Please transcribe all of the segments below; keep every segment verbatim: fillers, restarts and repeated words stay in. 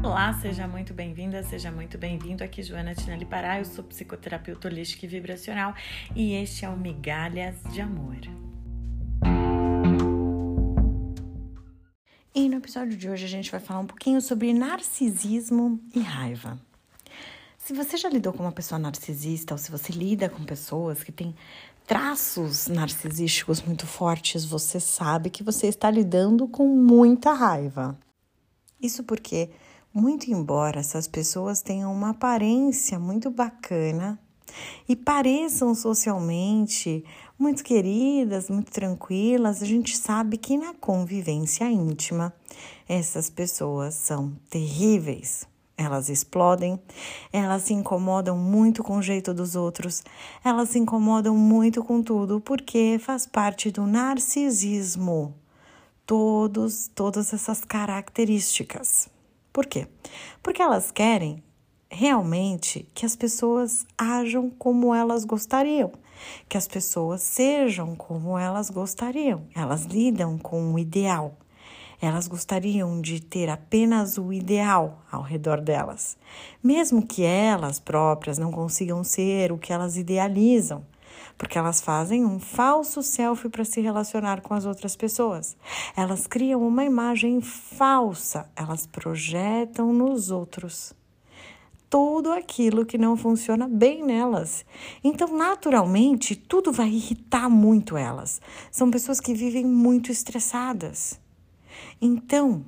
Olá, seja muito bem-vinda, seja muito bem-vindo. Aqui Joana Tinelli Pará, eu sou psicoterapeuta holística e vibracional e este é o Migalhas de Amor. E no episódio de hoje a gente vai falar um pouquinho sobre narcisismo e raiva. Se você já lidou com uma pessoa narcisista ou se você lida com pessoas que têm traços narcisísticos muito fortes, você sabe que você está lidando com muita raiva. Isso porque, muito embora essas pessoas tenham uma aparência muito bacana e pareçam socialmente muito queridas, muito tranquilas, a gente sabe que na convivência íntima essas pessoas são terríveis. Elas explodem, elas se incomodam muito com o jeito dos outros, elas se incomodam muito com tudo porque faz parte do narcisismo. Todos, todas essas características. Por quê? Porque elas querem realmente que as pessoas ajam como elas gostariam, que as pessoas sejam como elas gostariam. Elas lidam com o ideal. Elas gostariam de ter apenas o ideal ao redor delas, mesmo que elas próprias não consigam ser o que elas idealizam, porque elas fazem um falso selfie para se relacionar com as outras pessoas. Elas criam uma imagem falsa, elas projetam nos outros tudo aquilo que não funciona bem nelas. Então, naturalmente, tudo vai irritar muito elas. São pessoas que vivem muito estressadas. Então,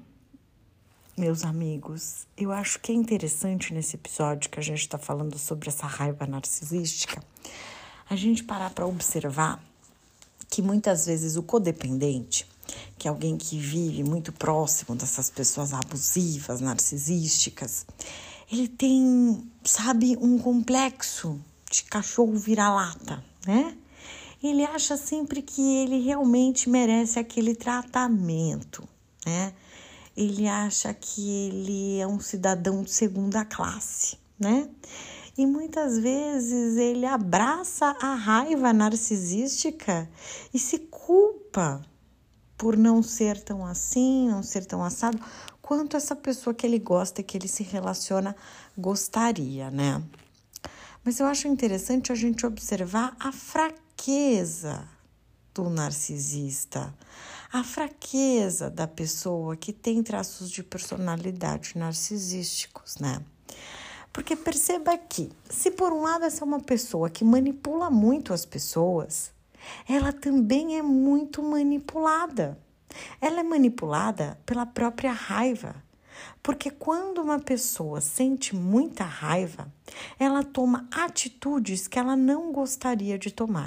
meus amigos, eu acho que é interessante nesse episódio que a gente está falando sobre essa raiva narcisística, a gente parar para observar que muitas vezes o codependente, que é alguém que vive muito próximo dessas pessoas abusivas, narcisísticas, ele tem, sabe, um complexo de cachorro vira-lata, né? Ele acha sempre que ele realmente merece aquele tratamento, né? Ele acha que ele é um cidadão de segunda classe, né? E muitas vezes ele abraça a raiva narcisística e se culpa por não ser tão assim, não ser tão assado, quanto essa pessoa que ele gosta, que ele se relaciona, gostaria, né? Mas eu acho interessante a gente observar a fraqueza do narcisista, a fraqueza da pessoa que tem traços de personalidade narcisísticos, né? Porque perceba que, se por um lado essa é uma pessoa que manipula muito as pessoas, ela também é muito manipulada. Ela é manipulada pela própria raiva. Porque quando uma pessoa sente muita raiva, ela toma atitudes que ela não gostaria de tomar.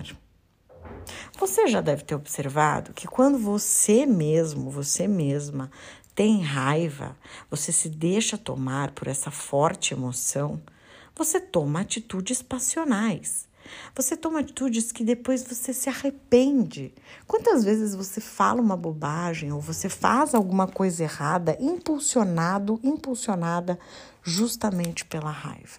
Você já deve ter observado que quando você mesmo, você mesma, tem raiva, você se deixa tomar por essa forte emoção, você toma atitudes passionais. Você toma atitudes que depois você se arrepende. Quantas vezes você fala uma bobagem ou você faz alguma coisa errada, impulsionado, impulsionada justamente pela raiva?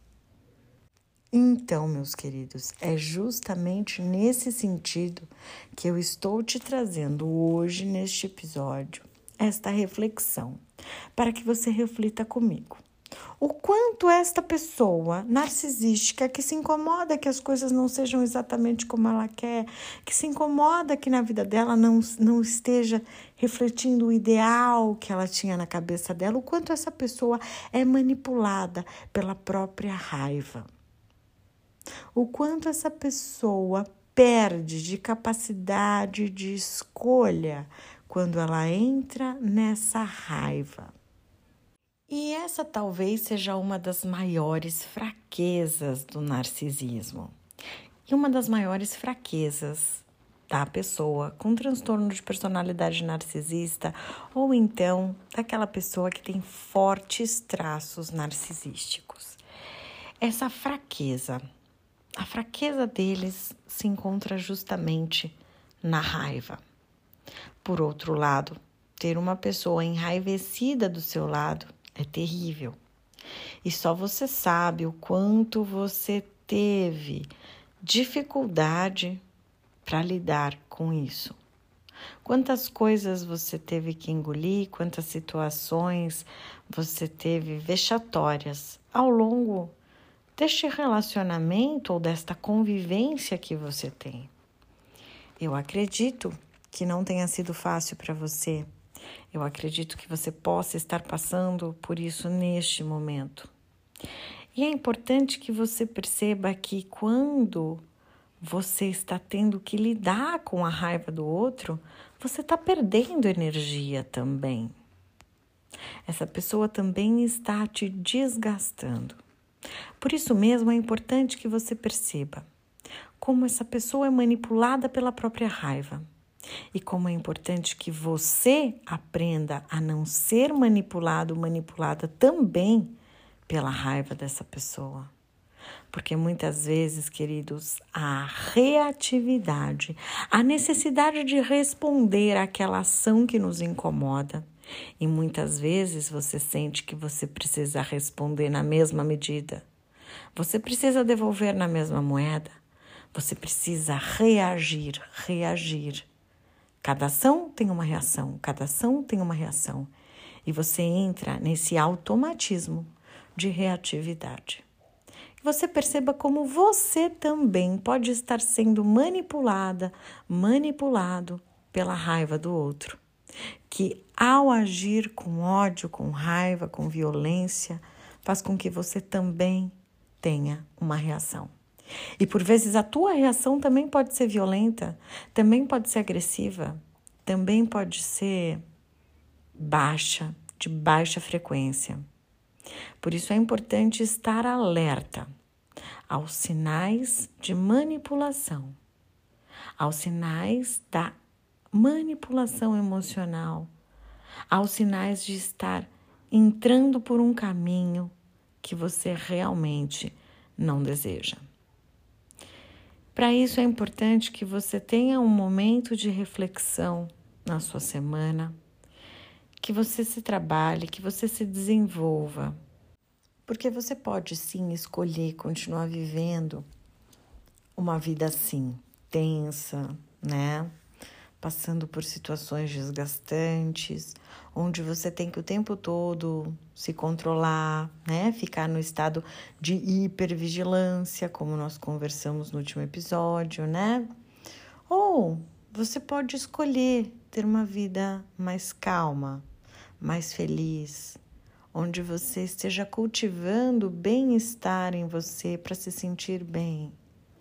Então, meus queridos, é justamente nesse sentido que eu estou te trazendo hoje, neste episódio, esta reflexão, para que você reflita comigo. O quanto esta pessoa narcisística que se incomoda que as coisas não sejam exatamente como ela quer, que se incomoda que na vida dela não, não esteja refletindo o ideal que ela tinha na cabeça dela, o quanto essa pessoa é manipulada pela própria raiva. O quanto essa pessoa perde de capacidade de escolha quando ela entra nessa raiva. E essa talvez seja uma das maiores fraquezas do narcisismo. E uma das maiores fraquezas da pessoa com transtorno de personalidade narcisista ou então daquela pessoa que tem fortes traços narcisísticos. Essa fraqueza, a fraqueza deles se encontra justamente na raiva. Por outro lado, ter uma pessoa enraivecida do seu lado é terrível. E só você sabe o quanto você teve dificuldade para lidar com isso. Quantas coisas você teve que engolir, quantas situações você teve vexatórias ao longo deste relacionamento ou desta convivência que você tem. Eu acredito que não tenha sido fácil para você. Eu acredito que você possa estar passando por isso neste momento. E é importante que você perceba que quando você está tendo que lidar com a raiva do outro, você está perdendo energia também. Essa pessoa também está te desgastando. Por isso mesmo é importante que você perceba como essa pessoa é manipulada pela própria raiva e como é importante que você aprenda a não ser manipulado, manipulada também pela raiva dessa pessoa. Porque muitas vezes, queridos, a reatividade, a necessidade de responder àquela ação que nos incomoda, e muitas vezes você sente que você precisa responder na mesma medida, você precisa devolver na mesma moeda, você precisa reagir, reagir. Cada ação tem uma reação, cada ação tem uma reação, e você entra nesse automatismo de reatividade. Você perceba como você também pode estar sendo manipulada, manipulado pela raiva do outro. Que ao agir com ódio, com raiva, com violência, faz com que você também tenha uma reação. E por vezes a tua reação também pode ser violenta, também pode ser agressiva, também pode ser baixa, de baixa frequência. Por isso é importante estar alerta aos sinais de manipulação, aos sinais da manipulação emocional, aos sinais de estar entrando por um caminho que você realmente não deseja. Para isso é importante que você tenha um momento de reflexão na sua semana, que você se trabalhe, que você se desenvolva, porque você pode sim escolher continuar vivendo uma vida assim, tensa, né? Passando por situações desgastantes, onde você tem que o tempo todo se controlar, né? Ficar no estado de hipervigilância, como nós conversamos no último episódio, né? Ou você pode escolher ter uma vida mais calma, mais feliz, onde você esteja cultivando bem-estar em você para se sentir bem.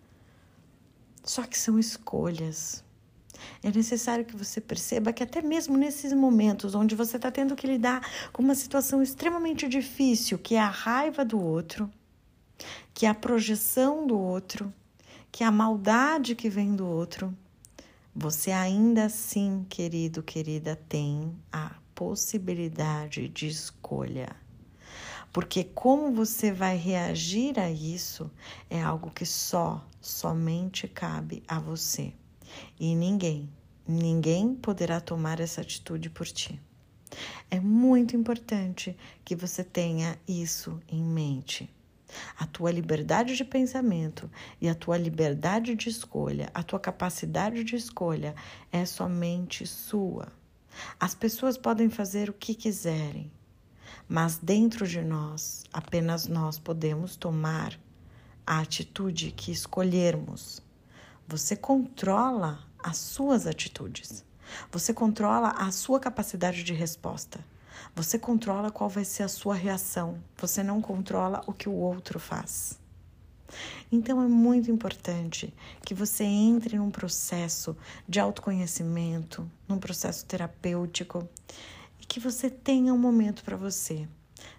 Só que são escolhas. É necessário que você perceba que até mesmo nesses momentos onde você está tendo que lidar com uma situação extremamente difícil, que é a raiva do outro, que é a projeção do outro, que é a maldade que vem do outro, você ainda assim, querido, querida, tem a possibilidade de escolha. Porque como você vai reagir a isso é algo que só, somente cabe a você. E ninguém, ninguém poderá tomar essa atitude por ti. É muito importante que você tenha isso em mente. A tua liberdade de pensamento e a tua liberdade de escolha, a tua capacidade de escolha é somente sua. As pessoas podem fazer o que quiserem, mas dentro de nós, apenas nós podemos tomar a atitude que escolhermos. Você controla as suas atitudes. Você controla a sua capacidade de resposta. Você controla qual vai ser a sua reação. Você não controla o que o outro faz. Então é muito importante que você entre num processo de autoconhecimento, num processo terapêutico e que você tenha um momento para você.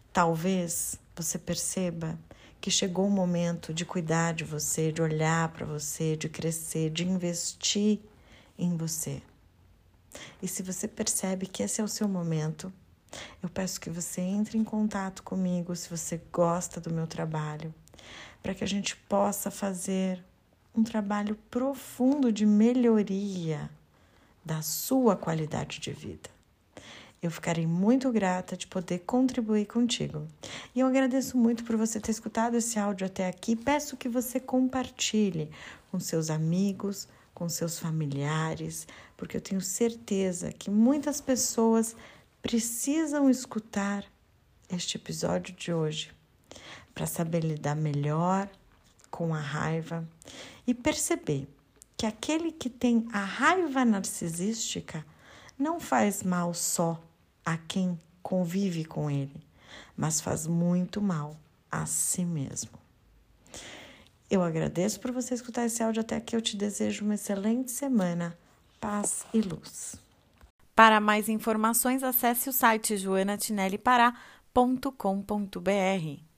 Talvez você perceba que chegou o momento de cuidar de você, de olhar para você, de crescer, de investir em você. E se você percebe que esse é o seu momento, eu peço que você entre em contato comigo, se você gosta do meu trabalho, para que a gente possa fazer um trabalho profundo de melhoria da sua qualidade de vida. Eu ficarei muito grata de poder contribuir contigo. E eu agradeço muito por você ter escutado esse áudio até aqui. Peço que você compartilhe com seus amigos, com seus familiares, porque eu tenho certeza que muitas pessoas precisam escutar este episódio de hoje para saber lidar melhor com a raiva e perceber que aquele que tem a raiva narcisística não faz mal só a quem convive com ele, mas faz muito mal a si mesmo. Eu agradeço por você escutar esse áudio até aqui. Eu te desejo uma excelente semana, paz e luz. Para mais informações, acesse o site joana tinelli pará ponto com ponto br.